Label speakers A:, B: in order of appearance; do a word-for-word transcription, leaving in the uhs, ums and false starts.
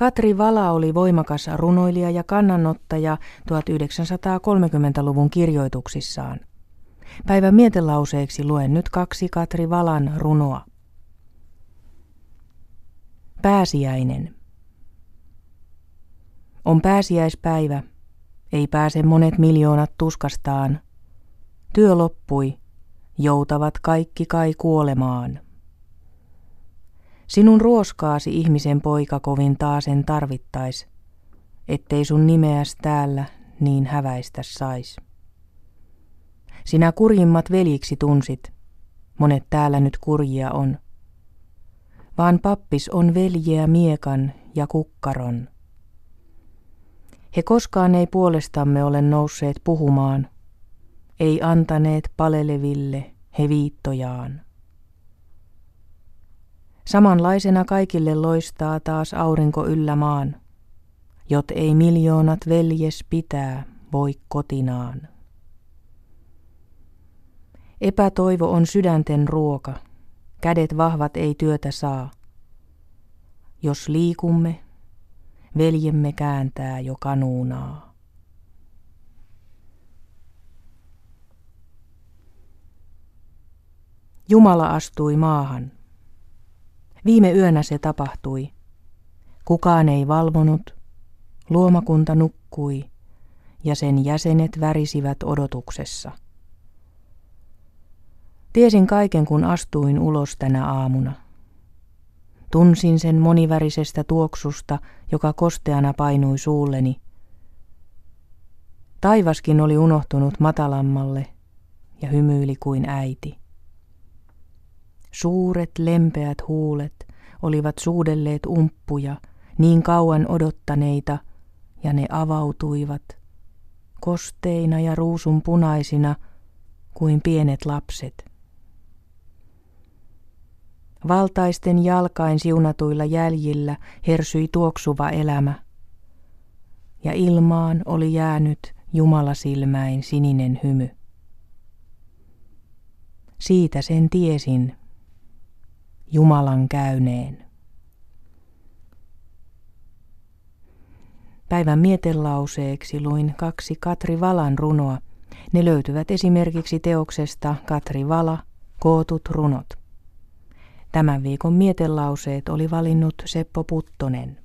A: Katri Vala oli voimakas runoilija ja kannanottaja tuhatyhdeksänsataakolmekymmentäluvun kirjoituksissaan. Päivän mietelauseeksi luen nyt kaksi Katri Valan runoa. Pääsiäinen. On pääsiäispäivä, ei pääse monet miljoonat tuskastaan. Työ loppui, joutavat kaikki kai kuolemaan. Sinun ruoskaasi ihmisen poika kovin taasen tarvittais, ettei sun nimeäs täällä niin häväistä sais. Sinä kurjimmat veljiksi tunsit, monet täällä nyt kurjia on. Vaan pappis on veljeä miekan ja kukkaron. He koskaan ei puolestamme ole nousseet puhumaan, ei antaneet paleleville he viittojaan. Samanlaisena kaikille loistaa taas aurinko yllä maan, jot ei miljoonat veljes pitää voi kotinaan. Epätoivo on sydänten ruoka, kädet vahvat ei työtä saa. Jos liikumme, veljemme kääntää jo kanuunaa. Jumala astui maahan. Viime yönä se tapahtui. Kukaan ei valvonut, luomakunta nukkui ja sen jäsenet värisivät odotuksessa. Tiesin kaiken, kun astuin ulos tänä aamuna. Tunsin sen monivärisestä tuoksusta, joka kosteana painui suulleni. Taivaskin oli unohtunut matalammalle ja hymyili kuin äiti. Suuret lempeät huulet olivat suudelleet umppuja, niin kauan odottaneita, ja ne avautuivat, kosteina ja ruusunpunaisina kuin pienet lapset. Valtaisten jalkain siunatuilla jäljillä hersyi tuoksuva elämä, ja ilmaan oli jäänyt jumalasilmäin sininen hymy. Siitä sen tiesin, Jumalan käyneen. Päivän mietelauseeksi luin kaksi Katri Valan runoa. Ne löytyvät esimerkiksi teoksesta Katri Vala, kootut runot. Tämän viikon mietelauseet oli valinnut Seppo Puttonen.